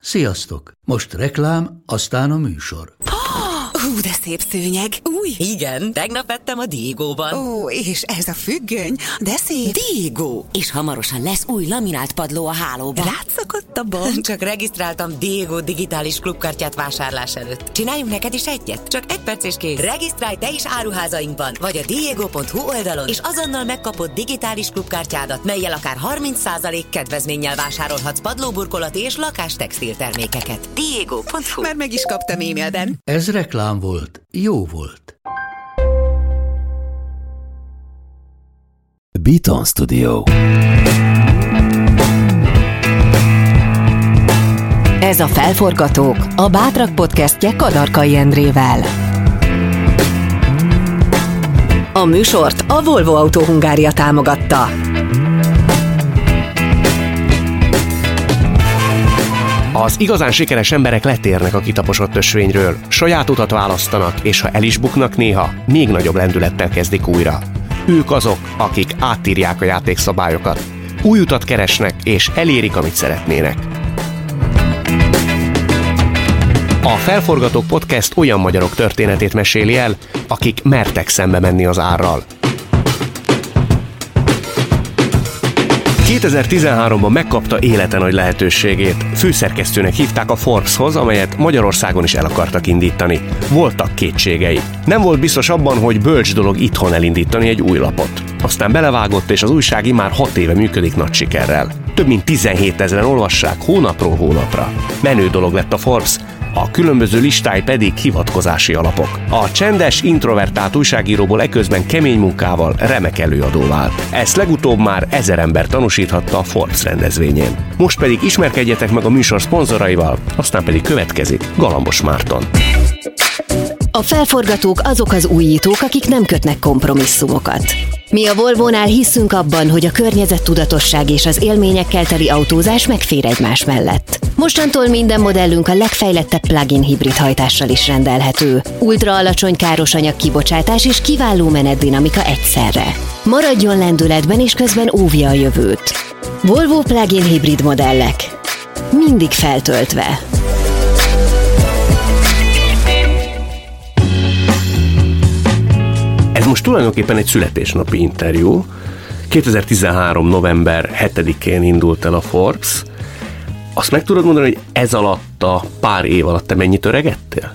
Sziasztok! Most reklám, aztán a műsor. De szép szőnyeg. Új. Igen, tegnap vettem a Diegóban. Ó, és ez a függöny, de szép. Diegó. És hamarosan lesz új laminált padló a hálóban. Rátszakadt a bank. Csak regisztráltam Diegó digitális klubkártyát vásárlás előtt. Csináljunk neked is egyet? Csak 1 perc és kész. Regisztrálj te is áruházainkban, vagy a diego.hu oldalon, és azonnal megkapod digitális klubkártyádat, mellyel akár 30% kedvezménnyel vásárolhatsz padlóburkolati és lakástextil termékeket. Diego.hu. Már meg is kaptam e-mailben. Ez reklám volt. Jó volt. Beaton Studio. Ez a Felforgatók, a Bátrak podcastje Kadarkai Endrével. A műsort a Volvo Autó Hungária támogatta. Az igazán sikeres emberek letérnek a kitaposott ösvényről, saját utat választanak, és ha el is buknak néha, még nagyobb lendülettel kezdik újra. Ők azok, akik átírják a játékszabályokat, új utat keresnek, és elérik, amit szeretnének. A Felforgatók podcast olyan magyarok történetét meséli el, akik mertek szembe menni az árral. 2013-ban megkapta élete nagy lehetőségét. Főszerkesztőnek hívták a Forbeshoz, amelyet Magyarországon is el akartak indítani. Voltak kétségei. Nem volt biztos abban, hogy bölcs dolog itthon elindítani egy új lapot. Aztán belevágott, és az újság immár 6 éve működik nagy sikerrel. Több mint 17 000-en olvassák hónapról hónapra. Menő dolog lett a Forbes, a különböző listái pedig hivatkozási alapok. A csendes, introvertált újságíróból eközben kemény munkával remek előadó vált. Ezt legutóbb már 1000 ember tanúsíthatta a Forbes rendezvényén. Most pedig ismerkedjetek meg a műsor szponzoraival, aztán pedig következik Galambos Márton. A Felforgatók azok az újítók, akik nem kötnek kompromisszumokat. Mi a Volvónál hiszünk abban, hogy a környezettudatosság és az élményekkel teli autózás megfér egymás mellett. Mostantól minden modellünk a legfejlettebb plug-in hibrid hajtással is rendelhető. Ultra alacsony károsanyag kibocsátás és kiváló menetdinamika egyszerre. Maradjon lendületben és közben óvja a jövőt. Volvo plug-in hibrid modellek. Mindig feltöltve. Ez most tulajdonképpen egy születésnapi interjú. 2013. november 7-én indult el a Forbes. Azt meg tudod mondani, hogy ez alatt a pár év alatt te mennyit öregedtél?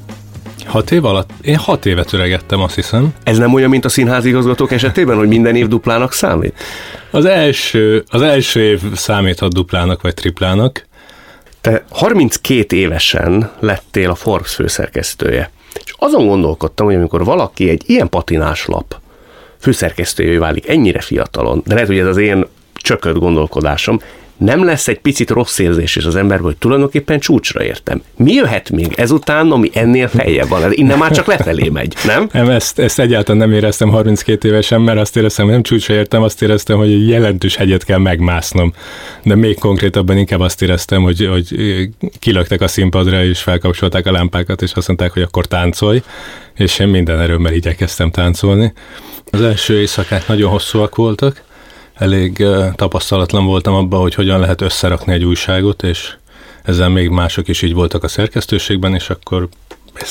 6 év alatt? Én 6 évet öregettem, azt hiszem. Ez nem olyan, mint a színházigazgatók esetében, hogy minden év duplának számít? Az első év számíthat duplának vagy triplának. Te 32 évesen lettél a Forbes főszerkesztője. És azon gondolkodtam, hogy amikor valaki egy ilyen patinás lap főszerkesztőjévé válik ennyire fiatalon, de lehet, hogy ez az én csökött gondolkodásom, nem lesz egy picit rossz érzés is az emberben, hogy tulajdonképpen csúcsra értem. Mi jöhet még ezután, ami ennél feljebb van? Innen már csak lefelé megy, nem? Nem, ezt egyáltalán nem éreztem 32 évesen, mert azt éreztem, hogy nem csúcsra értem, azt éreztem, hogy egy jelentős hegyet kell megmásznom. De még konkrétabban inkább azt éreztem, hogy kilöktek a színpadra, és felkapcsolták a lámpákat, és azt mondták, hogy akkor táncolj, és én minden erőmmel igyekeztem táncolni. Az első éjszakák nagyon hosszúak voltak, elég tapasztalatlan voltam abban, hogy hogyan lehet összerakni egy újságot, és ezzel még mások is így voltak a szerkesztőségben, és akkor ezt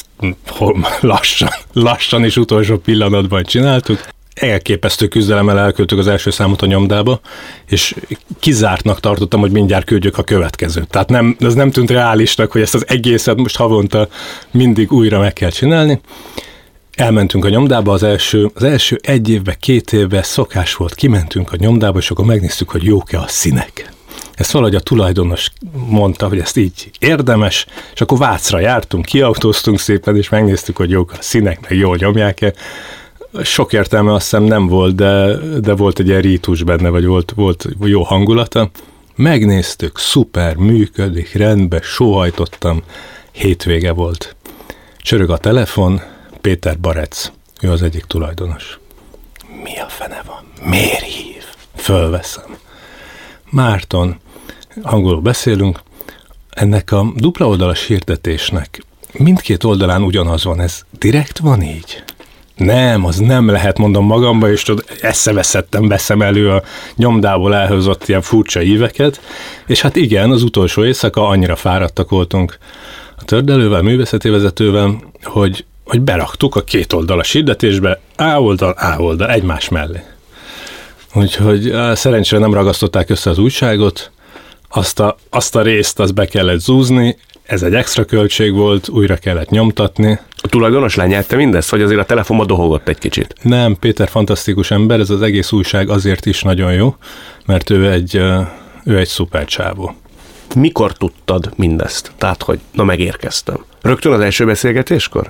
lassan és utolsó pillanatban csináltuk. Elképesztő küzdelemmel elküldtük az első számot a nyomdába, és kizártnak tartottam, hogy mindjárt küldjük a következőt. Tehát ez nem tűnt reálisnak, hogy ezt az egészet most havonta mindig újra meg kell csinálni. Elmentünk a nyomdába, az első 1 évben, 2 évben szokás volt, kimentünk a nyomdába, és akkor megnéztük, hogy jók-e a színek. Ezt valahogy a tulajdonos mondta, hogy ezt így érdemes, és akkor Vácra jártunk, kiautóztunk szépen, és megnéztük, hogy jók a színek, meg jól nyomják-e. Sok értelme azt hiszem nem volt, de volt egy ilyen rítus benne, vagy volt jó hangulata. Megnéztük, szuper, működik, rendben, sóhajtottam, hétvége volt. Csörög a telefon, Péter Barec, ő az egyik tulajdonos. Mi a fene van? Miért hív? Fölveszem. Márton, angolul beszélünk, ennek a dupla oldalas hirdetésnek mindkét oldalán ugyanaz van, ez direkt van így? Nem, az nem lehet, mondom magamba, és eszeveszettem, veszem elő a nyomdából elhozott ilyen furcsa íveket, és hát igen, az utolsó éjszaka annyira fáradtak voltunk a tördelővel, művészeti vezetővel, hogy beraktuk a két oldalas hirdetésbe A oldal egymás mellé. Úgyhogy szerencsére nem ragasztották össze az újságot, azt a részt azt be kellett zúzni, ez egy extra költség volt, újra kellett nyomtatni. A tulajdonos lenyelte mindezt, vagy azért a telefonba dohogott egy kicsit? Nem, Péter fantasztikus ember, ez az egész újság azért is nagyon jó, mert ő egy szuper csávó. Mikor tudtad mindezt? Tehát, hogy megérkeztem. Rögtön az első beszélgetéskor?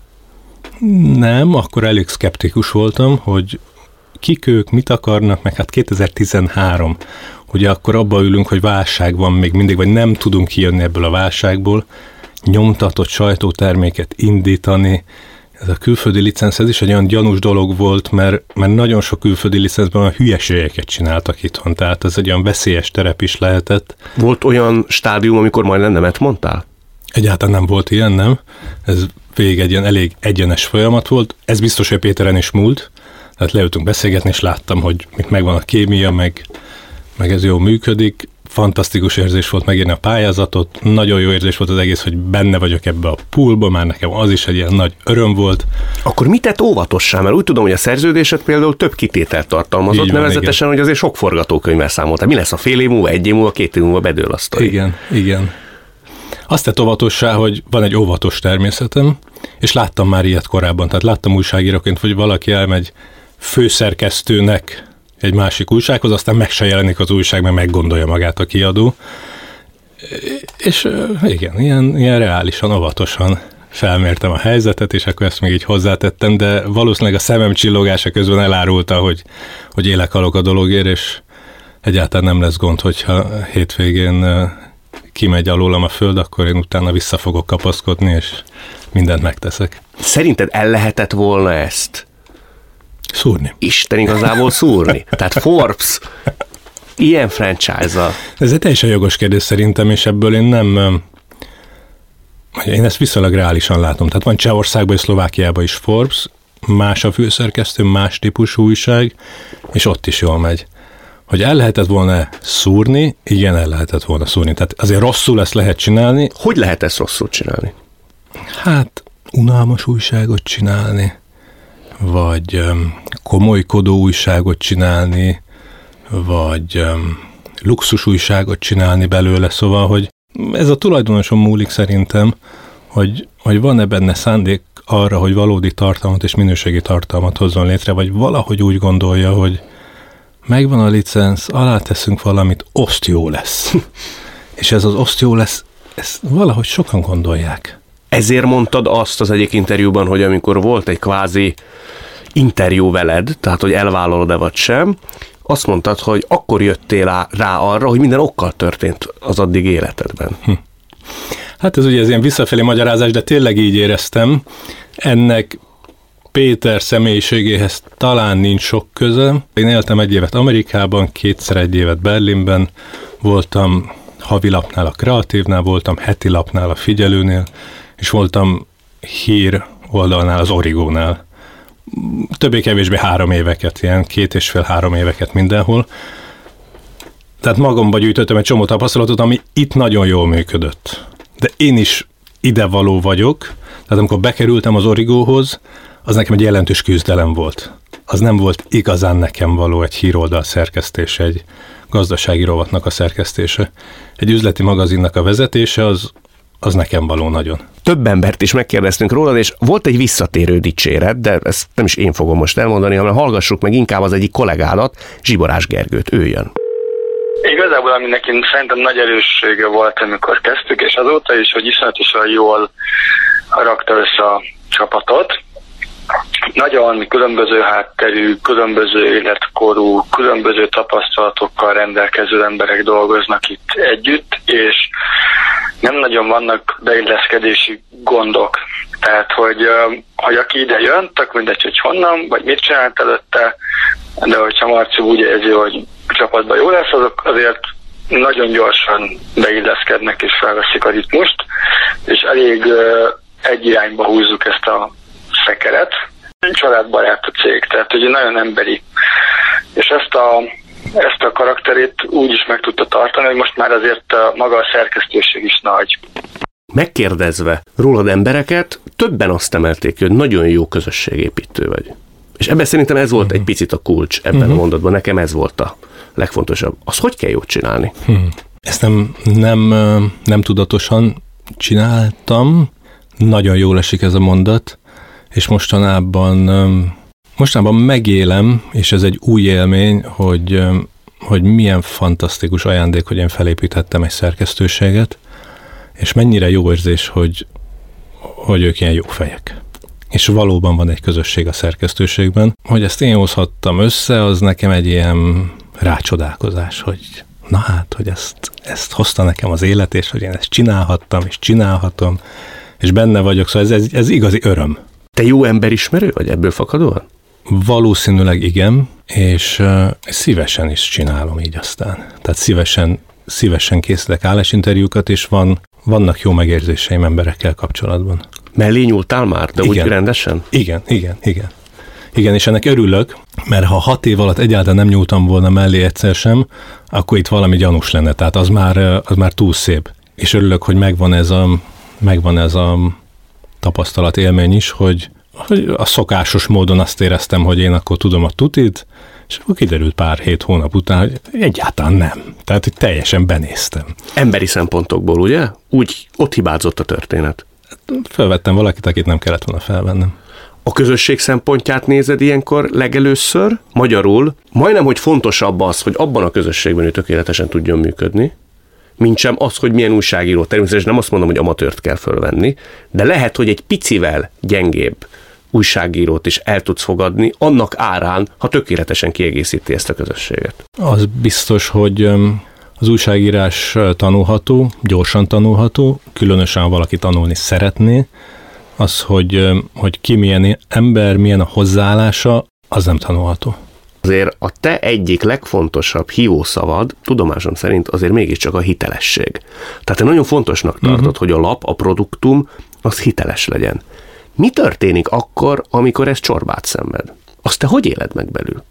Nem, akkor elég szkeptikus voltam, hogy kik ők, mit akarnak, meg hát 2013, ugye akkor abba ülünk, hogy válság van még mindig, vagy nem tudunk kijönni ebből a válságból, nyomtatott sajtóterméket indítani. Ez a külföldi licenc, ez is egy olyan gyanús dolog volt, mert nagyon sok külföldi licencben a hülyeségeket csináltak itthon, tehát ez egy olyan veszélyes terep is lehetett. Volt olyan stádium, amikor majdnem nemet mondtál? Egyáltalán nem volt ilyen, nem. Ez végig egy ilyen elég egyenes folyamat volt. Ez biztos, hogy Péteren is múlt. Tehát leültünk beszélgetni, és láttam, hogy itt megvan a kémia, meg ez jól működik. Fantasztikus érzés volt megírni a pályázatot, nagyon jó érzés volt az egész, hogy benne vagyok ebbe a poolba, már nekem az is egy ilyen nagy öröm volt. Akkor mit tett óvatossá? Mert úgy tudom, hogy a szerződésed például több kitételt tartalmazott, van, nevezetesen, igen. Hogy azért sok forgatókönyvvel számoltál. Mi lesz a fél év múlva, egy év múlva, 2 év múlva bedől a sztori? Igen. Azt tett óvatossá, hogy van egy óvatos természetem, és láttam már ilyet korábban, tehát láttam újságíróként, hogy valaki elmegy főszerkesztőnek egy másik újsághoz, aztán meg se jelenik az újság, mert meggondolja magát a kiadó. És igen, ilyen reálisan, óvatosan felmértem a helyzetet, és akkor ezt még így hozzátettem, de valószínűleg a szemem csillogása közben elárulta, hogy élek-halok a dologért, és egyáltalán nem lesz gond, hogyha hétvégén kimegy alólam a föld, akkor én utána vissza fogok kapaszkodni, és mindent megteszek. Szerinted el lehetett volna ezt szúrni? Isten igazából szúrni. Tehát Forbes ilyen franchise-a. Ez egy teljesen jogos kérdés szerintem, és ebből én ezt viszonylag reálisan látom. Tehát van Csehországban és Szlovákiában is Forbes, más a főszerkesztő, más típusú újság, és ott is jól megy. Hogy el lehetett volna szúrni, igen, el lehetett volna szúrni. Tehát azért rosszul ezt lehet csinálni. Hogy lehet ezt rosszul csinálni? Hát unalmas újságot csinálni, vagy komolykodó újságot csinálni, vagy luxus újságot csinálni belőle, szóval, hogy ez a tulajdonoson múlik szerintem, hogy van-e benne szándék arra, hogy valódi tartalmat és minőségi tartalmat hozzon létre, vagy valahogy úgy gondolja, hogy megvan a licenc, aláteszünk valamit, oszt jó lesz. És ez az oszt jó lesz, ezt valahogy sokan gondolják. Ezért mondtad azt az egyik interjúban, hogy amikor volt egy kvázi interjú veled, tehát hogy elvállalod-e vagy sem, azt mondtad, hogy akkor jöttél rá arra, hogy minden okkal történt az addig életedben. Hát ez ugye ez ilyen visszafelé magyarázás, de tényleg így éreztem. Ennek Péter személyiségéhez talán nincs sok köze. Én éltem 1 évet Amerikában, 2-szer 1 évet Berlinben, voltam havilapnál a Kreatívnál, voltam heti lapnál a Figyelőnél, és voltam hír oldalnál az Origónál. Többé-kevésbé 3 éveket, ilyen 2,5-3 éveket mindenhol. Tehát magamba gyűjtöttem egy csomó tapasztalatot, ami itt nagyon jól működött. De én is idevaló vagyok, tehát amikor bekerültem az Origóhoz, az nekem egy jelentős küzdelem volt. Az nem volt igazán nekem való egy híroldal szerkesztése, egy gazdasági rovatnak a szerkesztése. Egy üzleti magazinnak a vezetése, az nekem való nagyon. Több embert is megkérdeztünk rólad, és volt egy visszatérő dicséret, de ezt nem is én fogom most elmondani, hanem hallgassuk meg inkább az egyik kollégádat, Zsiborás Gergőt, ő jön. Igazából, ami nekünk szerintem nagy erőssége volt, amikor kezdtük, és azóta is, hogy iszonyatosan jól rakta össze a csapatot. Nagyon különböző hátterű, különböző életkorú, különböző tapasztalatokkal rendelkező emberek dolgoznak itt együtt, és nem nagyon vannak beilleszkedési gondok. Tehát, hogy aki ide jön, tök mindegy, hogy honnan, vagy mit csinált előtte, de hogyha Marci úgy érzi, hogy a csapatban jó lesz, azok azért nagyon gyorsan beilleszkednek és felveszik a ritmust, és elég egy irányba húzzuk ezt a szekeret. családbarát a cég, tehát ugye nagyon emberi. És ezt a karakterét úgy is meg tudta tartani, hogy most már azért maga a szerkesztőség is nagy. Megkérdezve rólad embereket, többen azt emelték ki, hogy nagyon jó közösségépítő vagy. És ebben szerintem ez volt egy picit a kulcs ebben a mondatban, nekem ez volt a legfontosabb. Azt hogy kell jót csinálni? Ezt nem tudatosan csináltam, nagyon jól esik ez a mondat, és mostanában megélem, és ez egy új élmény, hogy milyen fantasztikus ajándék, hogy én felépíthettem egy szerkesztőséget, és mennyire jó érzés, hogy ők ilyen jó fejek. És valóban van egy közösség a szerkesztőségben. Hogy ezt én hozhattam össze, az nekem egy ilyen rácsodálkozás, hogy na hát, hogy ezt hozta nekem az élet, és hogy én ezt csinálhattam, és csinálhatom, és benne vagyok, szóval ez igazi öröm. Te jó emberismerő vagy ebből fakadóan? Valószínűleg igen, és szívesen is csinálom így aztán. Tehát szívesen készítek állásinterjúkat, és vannak jó megérzéseim emberekkel kapcsolatban. Mellé nyúltál már, de igen. Úgy rendesen? Igen, és ennek örülök, mert ha 6 év alatt egyáltalán nem nyúltam volna mellé egyszer sem, akkor itt valami gyanús lenne, tehát az már túl szép. És örülök, hogy megvan ez a tapasztalat élmény is, hogy a szokásos módon azt éreztem, hogy én akkor tudom a tutit, és akkor kiderült pár hónap után, hogy egyáltalán nem. Tehát, hogy teljesen benéztem. Emberi szempontokból, ugye? Úgy ott hibázott a történet. Felvettem valakit, akit nem kellett volna felvennem. A közösség szempontját nézed ilyenkor legelőször? Magyarul majdnem, hogy fontosabb az, hogy abban a közösségben ő tökéletesen tudjon működni, mint sem az, hogy milyen újságíró. Természetesen nem azt mondom, hogy amatőrt kell fölvenni, de lehet, hogy egy picivel gyengébb újságírót is el tudsz fogadni, annak árán, ha tökéletesen kiegészíti ezt a közösséget. Az biztos, hogy az újságírás tanulható, gyorsan tanulható, különösen ha valaki tanulni szeretné, az, hogy ki milyen ember, milyen a hozzáállása, az nem tanulható. Azért a te egyik legfontosabb hívószavad, tudomásom szerint azért mégiscsak a hitelesség. Tehát te nagyon fontosnak tartod, hogy a lap, a produktum, az hiteles legyen. Mi történik akkor, amikor ez csorbát szenved? Azt te hogy éled meg belül?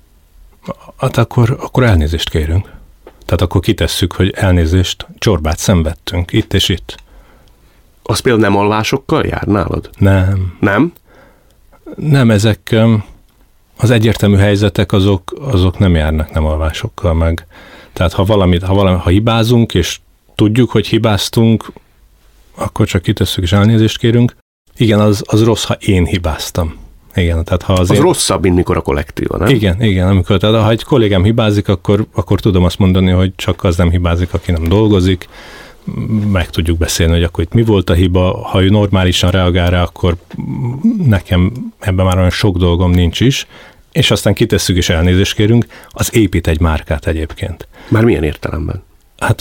Hát akkor elnézést kérünk. Tehát akkor kitesszük, hogy elnézést, csorbát szenvedtünk, itt és itt. Az például nem alvásokkal jár nálad? Nem. Nem? Nem, ezek az egyértelmű helyzetek, azok nem járnak nem alvásokkal meg. Tehát ha hibázunk, és tudjuk, hogy hibáztunk, akkor csak kitesszük és elnézést kérünk. Igen, az rossz, ha én hibáztam. Igen, tehát ha az rosszabb, mint mikor a kollektíva, nem? Igen, tehát ha egy kollégám hibázik, akkor tudom azt mondani, hogy csak az nem hibázik, aki nem dolgozik. Meg tudjuk beszélni, hogy akkor itt mi volt a hiba. Ha ő normálisan reagál rá, akkor nekem ebben már olyan sok dolgom nincs is, és aztán kitesszük és elnézést kérünk, az épít egy márkát egyébként. Már milyen értelemben? Hát,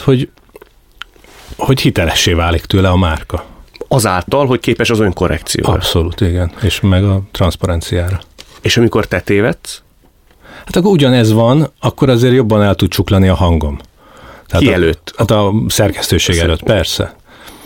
hogy hitelessé válik tőle a márka. Azáltal, hogy képes az önkorrekcióra. Abszolút, igen. És meg a transzparenciára. És amikor te tévedsz? Hát akkor ugyanez van, akkor azért jobban el tud csuklani a hangom. Ki előtt? Hát a szerkesztőség előtt, persze.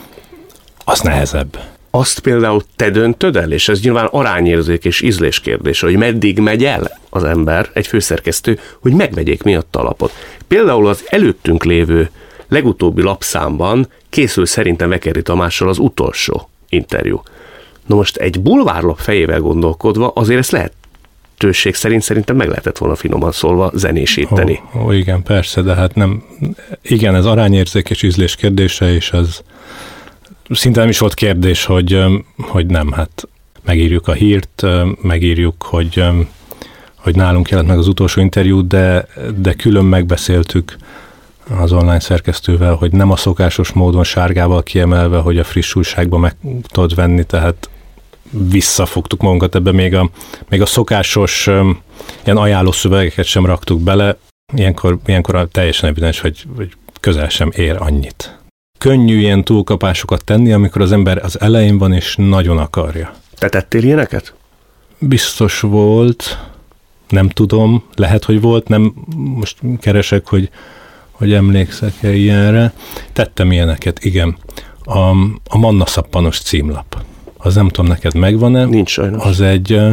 Az nehezebb. Azt például te döntöd el, és ez nyilván arányérzék és ízlés kérdése, hogy meddig megy el az ember, egy főszerkesztő, hogy megvegyék miatt a lapot. Például az előttünk lévő legutóbbi lapszámban készül szerintem Vekeri Tamással az utolsó interjú. Na most egy bulvárlap fejével gondolkodva azért ezt lehetőség szerint szerintem meg lehetett volna finoman szólva zenésíteni. Igen, persze, de hát nem. Igen, ez arányérzék és ízlés kérdése, és az szinte nem is volt kérdés, hogy nem, hát megírjuk a hírt, megírjuk, hogy nálunk jelent meg az utolsó interjú, de külön megbeszéltük az online szerkesztővel, hogy nem a szokásos módon sárgával kiemelve, hogy a friss újságban meg tudod venni, tehát visszafogtuk magunkat ebbe, még a szokásos ilyen ajánlószövegeket sem raktuk bele, ilyenkor teljesen evidens, hogy közel sem ér annyit. Könnyű ilyen túlkapásokat tenni, amikor az ember az elején van, és nagyon akarja. Te tettél ilyeneket? Biztos volt, nem tudom, lehet, hogy volt, nem most keresek, hogy emlékszek-e ilyenre. Tettem ilyeneket, igen. A Manna Szappanos címlap. Az nem tudom, neked megvan-e? Nincs sajnos.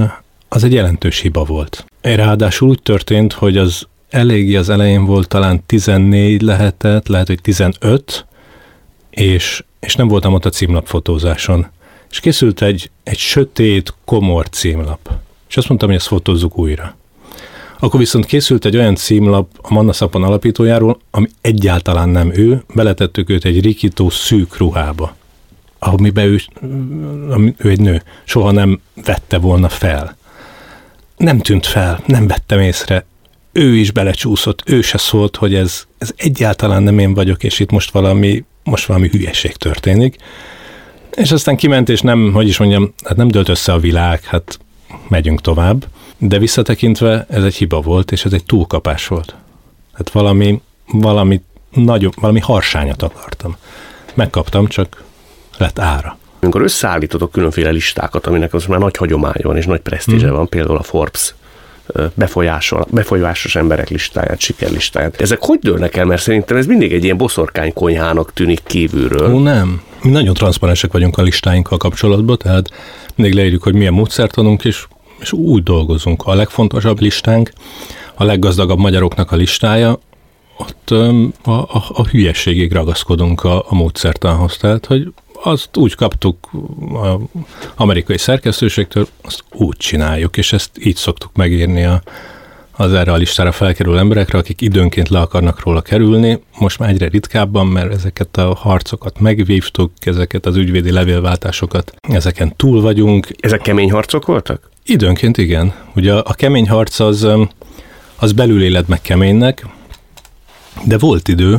az egy jelentős hiba volt. Ráadásul úgy történt, hogy az eléggé az elején volt, talán 14 lehet, hogy 15, és nem voltam ott a címlapfotózáson. És készült egy sötét, komor címlap. És azt mondtam, hogy ezt fotózzuk újra. Akkor viszont készült egy olyan címlap a Manna Szappan alapítójáról, ami egyáltalán nem ő, beletettük őt egy rikító szűk ruhába, amiben ő egy nő, soha nem vette volna fel. Nem tűnt fel, nem vettem észre, ő is belecsúszott, ő se szólt, hogy ez egyáltalán nem én vagyok, és itt most valami hülyeség történik. És aztán kiment, és nem dőlt össze a világ, hát megyünk tovább. De visszatekintve ez egy hiba volt, és ez egy túlkapás volt. Hát valami harsányat akartam. Megkaptam, csak lett ára. Amikor összeállítotok különféle listákat, aminek az már nagy hagyománya van, és nagy presztízse van, például a Forbes befolyásos emberek listáját, sikerlistáját. Ezek hogy dőlnek el? Mert szerintem ez mindig egy ilyen boszorkánykonyhának tűnik kívülről. Nem. Mi nagyon transzparensek vagyunk a listáinkkal kapcsolatban, tehát mindig leírjuk, hogy milyen módszertanunk, és úgy dolgozunk. A legfontosabb listánk, a leggazdagabb magyaroknak a listája, ott a hülyességig ragaszkodunk a módszertanhoz. Tehát, hogy azt úgy kaptuk az amerikai szerkesztőségtől, azt úgy csináljuk, és ezt így szoktuk megírni az erre a listára felkerülő emberekre, akik időnként le akarnak róla kerülni. Most már egyre ritkábban, mert ezeket a harcokat megvívtuk, ezeket az ügyvédi levélváltásokat, ezeken túl vagyunk. Ezek kemény harcok voltak? Időnként igen. Ugye a kemény harc az belül éled meg keménynek, de volt idő,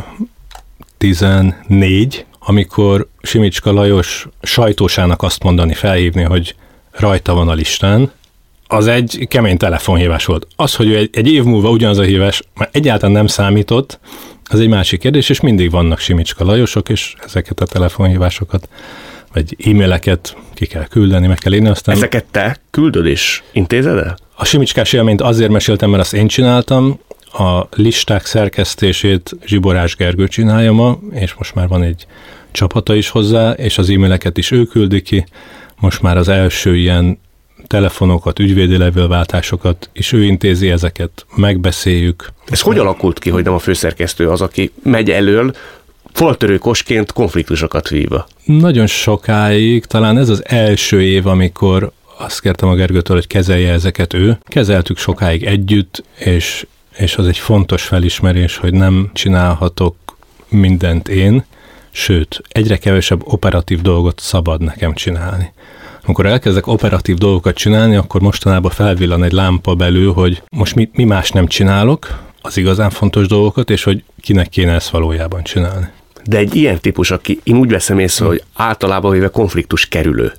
14, amikor Simicska Lajos sajtósának azt mondani, felhívni, hogy rajta van a listán, az egy kemény telefonhívás volt. Az, hogy egy év múlva ugyanaz a hívás már egyáltalán nem számított, az egy másik kérdés, és mindig vannak Simicska Lajosok, és ezeket a telefonhívásokat, vagy e-maileket ki kell küldeni, meg kell írni, aztán... Ezeket te küldöd és intézed el? A Simicskás élményt azért meséltem, mert azt én csináltam, a listák szerkesztését Zsiborás Gergő csinálja ma, és most már van egy csapata is hozzá, és az e-maileket is ő küldi ki. Most már az első ilyen telefonokat, ügyvédi levélváltásokat is ő intézi, ezeket megbeszéljük. Ez hogy alakult ki, hogy nem a főszerkesztő az, aki megy elől, faltörőkosként konfliktusokat vívva? Nagyon sokáig, talán ez az első év, amikor azt kértem a Gergőtől, hogy kezelje ezeket ő. Kezeltük sokáig együtt, és az egy fontos felismerés, hogy nem csinálhatok mindent én, sőt, egyre kevesebb operatív dolgot szabad nekem csinálni. Amikor elkezdek operatív dolgokat csinálni, akkor mostanában felvillan egy lámpa belül, hogy most mi más nem csinálok, az igazán fontos dolgokat, és hogy kinek kéne ezt valójában csinálni. De egy ilyen típus, aki én úgy veszem észre, hogy általában véve konfliktus kerülő,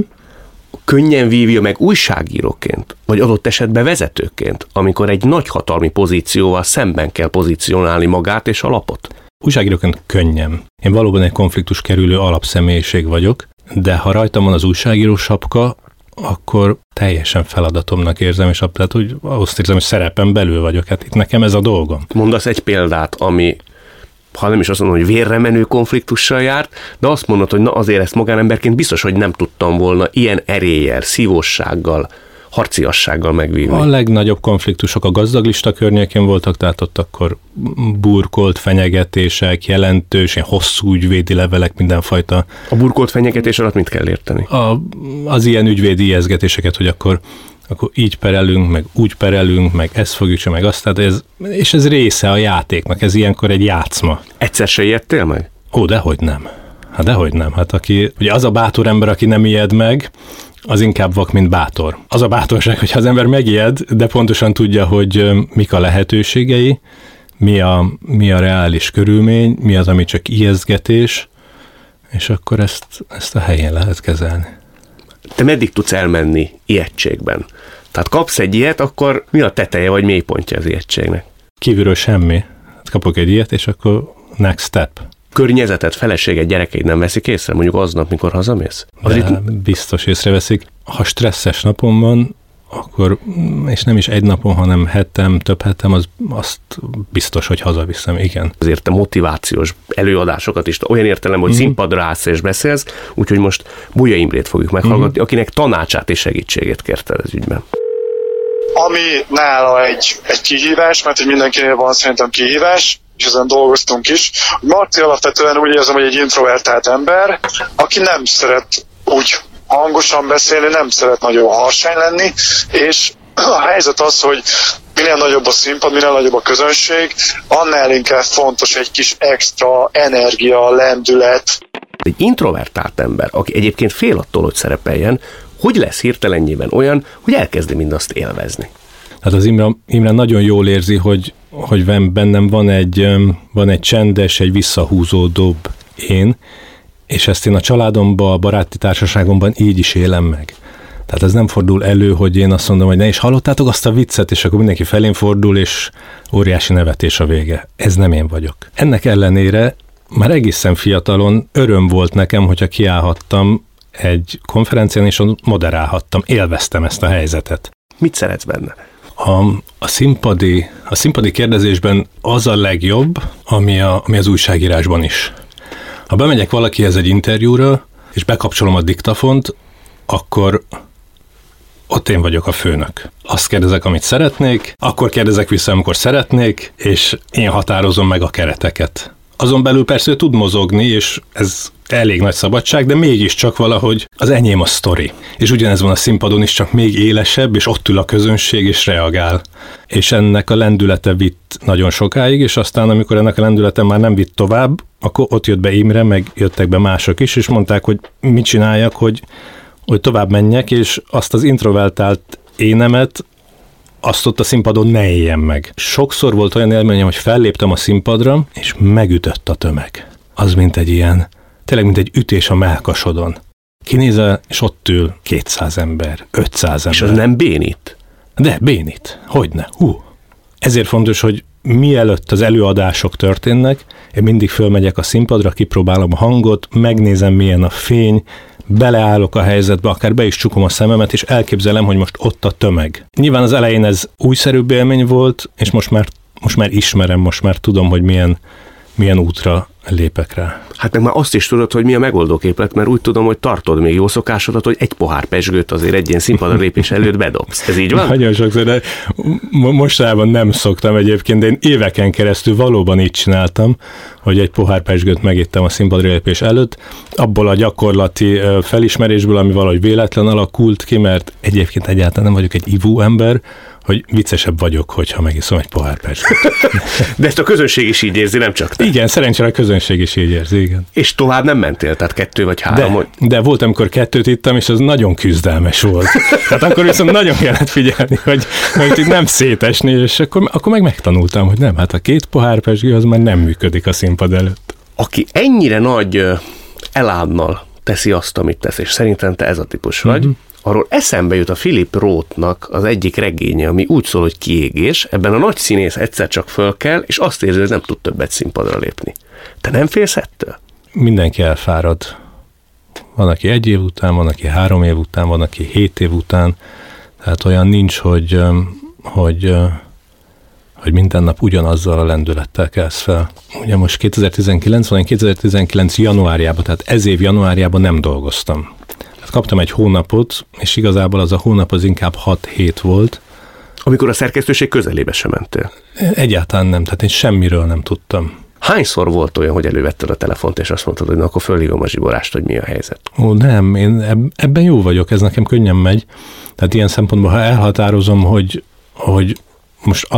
könnyen vívja meg újságíróként, vagy adott esetben vezetőként, amikor egy nagyhatalmi pozícióval szemben kell pozícionálni magát és a lapot? Újságíróként könnyen. Én valóban egy konfliktus kerülő alapszemélyiség vagyok, de ha rajtam van az újságíró sapka, akkor teljesen feladatomnak érzem, és tehát, hogy azt érzem, hogy szerepen belül vagyok. Hát itt nekem ez a dolgom. Mondasz egy példát, ami, ha nem is azt mondom, hogy vérre menő konfliktussal járt, de azt mondod, hogy na azért ezt magánemberként biztos, hogy nem tudtam volna ilyen eréllyel, szívossággal, harciassággal megvívni. A legnagyobb konfliktusok a gazdaglista környékén voltak, tehát ott akkor burkolt fenyegetések, jelentős, ilyen hosszú ügyvédi levelek, mindenfajta. A burkolt fenyegetés alatt mit kell érteni? Az ilyen ügyvédi ijesztgetéseket, hogy akkor így perelünk, meg úgy perelünk, meg ezt fogjuk csinálni, meg azt, tehát és ez része a játéknak, ez ilyenkor egy játszma. Egyszer se ijedtél meg? Dehogy nem. Dehogy nem. Ugye az a bátor ember, aki nem ijed meg, az inkább vak, mint bátor. Az a bátorság, hogyha az ember megijed, de pontosan tudja, hogy mik a lehetőségei, mi a reális körülmény, mi az, ami csak ijesztgetés, és akkor ezt a helyén lehet kezelni. Te meddig tudsz elmenni ijegységben? Tehát kapsz egy ilyet, akkor mi a teteje vagy mélypontja az ijegységnek? Kívülről semmi. Kapok egy ilyet, és akkor next step. Környezeted, feleséged, gyerekeid nem veszik észre, mondjuk aznap, mikor hazamész? Biztos észreveszik. Ha stresszes napom van, akkor, és nem is egy napon, hanem hetem, több hetem, azt biztos, hogy hazaviszem, igen. Azért te motivációs előadásokat is, olyan értelemben, hogy színpadra állsz és beszélsz, úgyhogy most Buja Imrét fogjuk meghallgatni, akinek tanácsát és segítségét kérted az ügyben. ami nála egy kihívás, mert hogy mindenkinél van szerintem kihívás, és ezen dolgoztunk is. Marci alapvetően úgy érzem, hogy egy introvertált ember, aki nem szeret úgy hangosan beszélni, nem szeret nagyon harsány lenni, és a helyzet az, hogy minél nagyobb a színpad, minél nagyobb a közönség, annál inkább fontos egy kis extra energia, lendület. Egy introvertált ember, aki egyébként fél attól, hogy szerepeljen, hogy lesz hirtelennyében olyan, hogy elkezdi mindazt élvezni? Hát az Imre nagyon jól érzi, hogy bennem van egy csendes, egy visszahúzódóbb én, és ezt én a családomban, a baráti társaságomban így is élem meg. Tehát ez nem fordul elő, hogy én azt mondom, hogy ne is hallottátok azt a viccet, és akkor mindenki felén fordul, és óriási nevetés a vége. Ez nem én vagyok. Ennek ellenére már egészen fiatalon öröm volt nekem, hogyha kiállhattam egy konferencián, és moderálhattam. Élveztem ezt a helyzetet. Mit szeretsz benne? A színpadi kérdezésben az a legjobb, ami az újságírásban is. Ha bemegyek valakihez egy interjúra, és bekapcsolom a diktafont, akkor ott én vagyok a főnök. Azt kérdezek, amit szeretnék, akkor kérdezek vissza, amikor szeretnék, és én határozom meg a kereteket. Azon belül persze ő tud mozogni, és ez elég nagy szabadság, de mégiscsak valahogy az enyém a sztori. És ugyanez van a színpadon is, csak még élesebb, és ott ül a közönség, és reagál. És ennek a lendülete vitt nagyon sokáig, és aztán, amikor ennek a lendülete már nem vitt tovább, akkor ott jött be Imre, meg jöttek be mások is, és mondták, hogy mit csináljak, hogy tovább menjek, és azt az introvertált énemet, azt ott a színpadon ne éljem meg. Sokszor volt olyan élményem, hogy felléptem a színpadra, és megütött a tömeg. Az mint egy ilyen, tényleg mint egy ütés a mellkasodon. Kinézel, és ott ül 200 ember, 500 ember. És az nem bénít? De bénít. Hogyne. Ezért fontos, hogy mielőtt az előadások történnek, én mindig fölmegyek a színpadra, kipróbálom a hangot, megnézem, milyen a fény, beleállok a helyzetbe, akár be is csukom a szememet, és elképzelem, hogy most ott a tömeg. Nyilván az elején ez újszerűbb élmény volt, és most már ismerem, most már tudom, hogy milyen útra lépek rá. Hát meg már azt is tudod, hogy mi a megoldóképlet, mert úgy tudom, hogy tartod még jó szokásodat, hogy egy pohár pezsgőt azért egy ilyen színpadra lépés előtt bedobsz. Ez így van? Nagyon sokszor, de mostában nem szoktam egyébként, de én éveken keresztül valóban így csináltam, hogy egy pohár pezsgőt megittem a színpadra lépés előtt, abból a gyakorlati felismerésből, ami valahogy véletlen alakult ki, mert egyébként egyáltalán nem vagyok egy ivó ember, hogy viccesebb vagyok, hogyha megiszom egy pohár pezsgőt. De ezt a közönség is így érzi, nem csak te. Igen, szerencsére a közönség is így érzi, igen. És tovább nem mentél, tehát 2 vagy 3? De volt, amikor 2 ittam, és az nagyon küzdelmes volt. Tehát akkor viszont nagyon kellett figyelni, hogy itt nem szétesni, és akkor meg megtanultam, hogy nem, hát a 2 pohár pezsgő az már nem működik a színpad előtt. Aki ennyire nagy elánnal teszi azt, amit tesz, és szerintem te ez a típus vagy, arról eszembe jut a Philip Rothnak az egyik regénye, ami úgy szól, hogy Kiégés. Ebben a nagy színész egyszer csak föl kell, és azt érzi, hogy nem tud többet színpadra lépni. Te nem félsz ettől? Mindenki elfárad. Van, aki 1 év után, van, aki 3 év után, van, aki 7 év után. Tehát olyan nincs, hogy minden nap ugyanazzal a lendülettel kelsz fel. Ugye most 2019 van, én 2019 januárjában, tehát ez év januárjában nem dolgoztam. Kaptam egy hónapot, és igazából az a hónap az inkább 6 hét volt. Amikor a szerkesztőség közelébe sem mentél? Egyáltalán nem, tehát én semmiről nem tudtam. Hányszor volt olyan, hogy elővetted a telefont, és azt mondtad, hogy na, akkor fölhívom a Zsiborást, hogy mi a helyzet? Nem, én ebben jó vagyok, ez nekem könnyen megy. Tehát ilyen szempontból, ha elhatározom, hogy most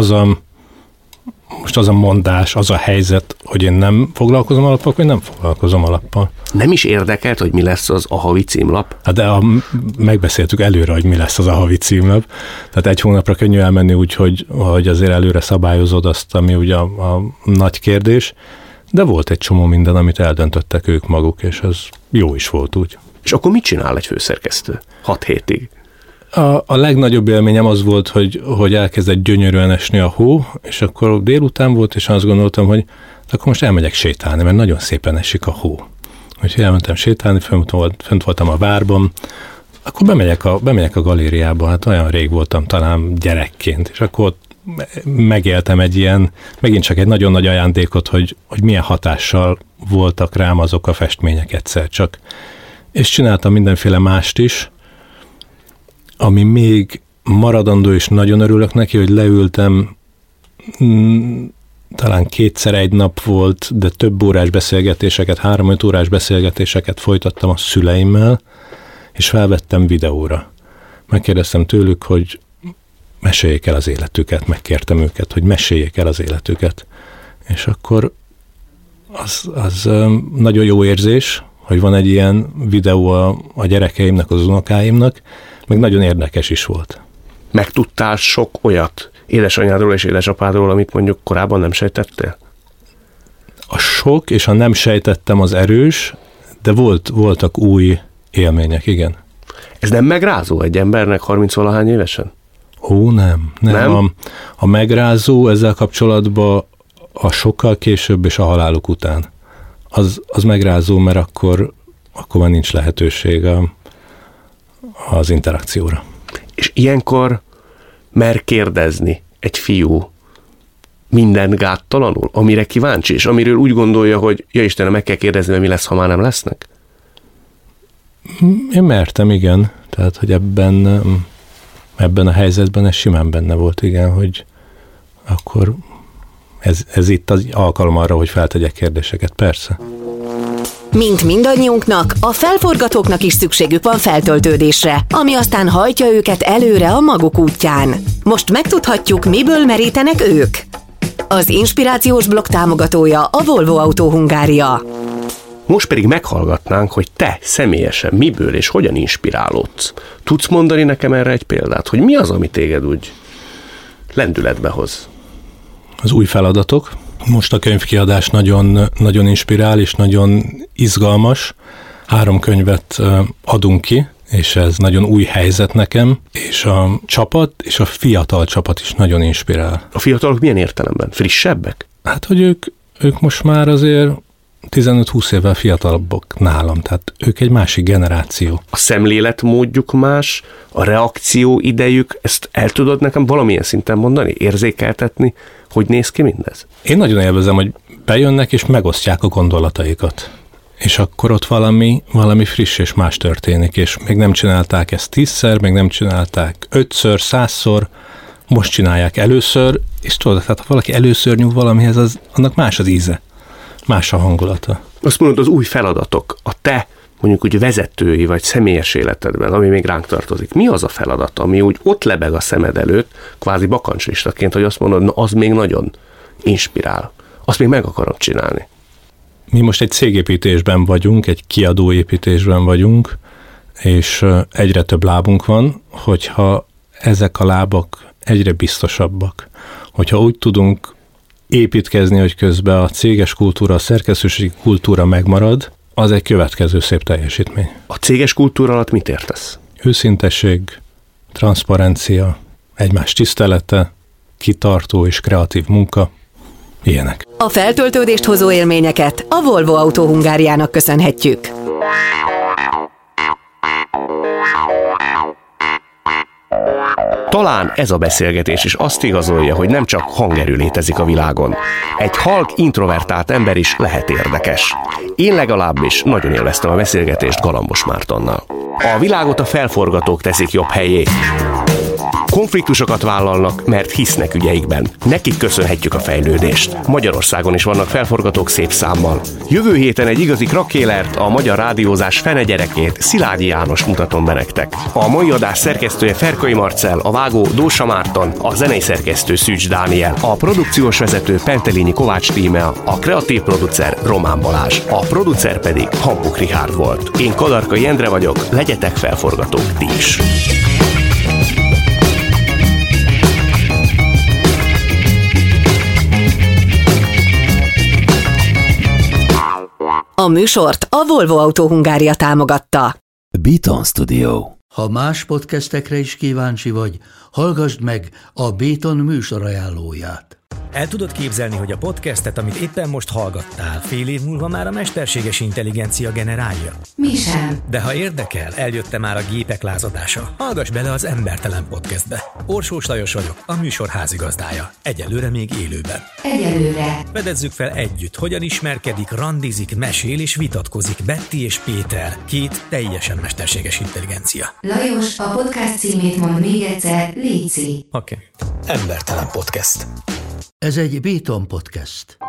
az a mondás, az a helyzet, hogy én nem foglalkozom alappal, vagy nem foglalkozom alappal. Nem is érdekelt, hogy mi lesz az a havi címlap? Hát de megbeszéltük előre, hogy mi lesz az a havi címlap. Tehát 1 hónapra könnyű elmenni úgy, hogy azért előre szabályozod azt, ami ugye a nagy kérdés. De volt egy csomó minden, amit eldöntöttek ők maguk, és ez jó is volt úgy. És akkor mit csinál egy főszerkesztő 6 hétig? A legnagyobb élményem az volt, hogy elkezdett gyönyörűen esni a hó, és akkor délután volt, és azt gondoltam, hogy akkor most elmegyek sétálni, mert nagyon szépen esik a hó. Úgyhogy elmentem sétálni, fönt voltam a várban, akkor bemegyek a galériába, hát olyan rég voltam talán gyerekként, és akkor megéltem egy ilyen, megint csak egy nagyon nagy ajándékot, hogy milyen hatással voltak rám azok a festmények egyszer csak. És csináltam mindenféle mást is, ami maradandó, és nagyon örülök neki, hogy leültem, talán 2-szer egy nap volt, de több órás beszélgetéseket, 3-5 órás beszélgetéseket folytattam a szüleimmel, és felvettem videóra. Megkérdeztem tőlük, hogy meséljék el az életüket, megkértem őket, hogy meséljék el az életüket. És akkor az nagyon jó érzés, hogy van egy ilyen videó a gyerekeimnek, az unokáimnak, meg nagyon érdekes is volt. Megtudtál sok olyat édesanyádról és édesapádról, amit mondjuk korábban nem sejtettél? A sok és a nem sejtettem az erős, de voltak új élmények, igen. Ez nem megrázó egy embernek 30-valahány évesen? Nem. A megrázó ezzel kapcsolatban a sokkal később és a haláluk után. Az megrázó, mert akkor már nincs lehetőség az interakcióra. És ilyenkor mer kérdezni egy fiú minden gáttalanul, amire kíváncsi, és amiről úgy gondolja, hogy ja Istenem, meg kell kérdezni, mert mi lesz, ha már nem lesznek? Én mertem, igen. Tehát, hogy ebben a helyzetben ez simán benne volt, igen, hogy akkor ez itt az alkalom arra, hogy feltegyek kérdéseket, persze. Mint mindannyiunknak, a felforgatóknak is szükségük van feltöltődésre, ami aztán hajtja őket előre a maguk útján. Most megtudhatjuk, miből merítenek ők. Az inspirációs blokk támogatója a Volvo Autó Hungária. Most pedig meghallgatnánk, hogy te személyesen miből és hogyan inspirálódsz. Tudsz mondani nekem erre egy példát, hogy mi az, ami téged úgy lendületbe hoz? Az új feladatok. Most a könyvkiadás nagyon, nagyon inspirál, és nagyon izgalmas. 3 könyvet adunk ki, és ez nagyon új helyzet nekem, és a csapat, és a fiatal csapat is nagyon inspirál. A fiatalok milyen értelemben? Frissebbek? Hát, hogy ők most már azért 15-20 évvel fiatalabbak nálam, tehát ők egy másik generáció. A szemléletmódjuk más, a reakció idejük, ezt el tudod nekem valamilyen szinten mondani, érzékeltetni, hogy néz ki mindez? Én nagyon élvezem, hogy bejönnek és megosztják a gondolataikat. És akkor ott valami friss és más történik, és még nem csinálták ezt 10-szer, még nem csinálták 5-ször, 100-szor, most csinálják először, és tudod, tehát ha valaki először nyúl valamihez, annak más az íze, más a hangulata. Azt mondod, az új feladatok, a te mondjuk úgy vezetői vagy személyes életedben, ami még ránk tartozik. Mi az a feladat, ami úgy ott lebeg a szemed előtt, kvázi bakancslistaként, hogy azt mondod, na az még nagyon inspirál. Azt még meg akarom csinálni. Mi most egy cégépítésben vagyunk, egy kiadóépítésben vagyunk, és egyre több lábunk van, hogyha ezek a lábak egyre biztosabbak, hogyha úgy tudunk építkezni, hogy közben a céges kultúra, a szerkesztőségi kultúra megmarad, az egy következő szép teljesítmény. A céges kultúra alatt mit értesz? Őszintesség, transzparencia, egymás tisztelete, kitartó és kreatív munka, ilyenek. A feltöltődést hozó élményeket a Volvo Autó Hungáriának köszönhetjük. Talán ez a beszélgetés is azt igazolja, hogy nem csak hangerő létezik a világon. Egy halk, introvertált ember is lehet érdekes. Én legalábbis nagyon élveztem a beszélgetést Galambos Mártonnal. A világot a felforgatók teszik jobb helyé. Konfliktusokat vállalnak, mert hisznek ügyeikben. Nekik köszönhetjük a fejlődést. Magyarországon is vannak felforgatók szép számmal. Jövő héten egy igazi krakélert, a magyar rádiózás fenegyerekét, Szilágyi János mutatom be nektek. A mai adás szerkesztője Ferkai Marcell, a vágó Dósa Márton, a zenei szerkesztő Szűcs Dániel, a produkciós vezető Pentelényi Kovács Tímea, a kreatív producer Román Balázs, a producer pedig Hampuk Richárd volt. Én Kadarkai Endre vagyok, legyetek felforgatók ti is. A műsort a Volvo Autó Hungária támogatta. Beaton Studio. Ha más podcastekre is kíváncsi vagy, hallgassd meg a Beaton műsor ajánlóját. El tudod képzelni, hogy a podcastet, amit éppen most hallgattál, fél év múlva már a mesterséges intelligencia generálja? Mi sem. De ha érdekel, eljött már a gépek lázadása. Hallgass bele az Embertelen Podcastbe. Orsós Lajos vagyok, a műsor házigazdája. Egyelőre még élőben. Egyelőre. Fedezzük fel együtt, hogyan ismerkedik, randizik, mesél és vitatkozik Betty és Péter, két teljesen mesterséges intelligencia. Lajos, a podcast címét mondd még egyszer, léci. Oké. Embertelen Podcast. Ez egy Béton Podcast.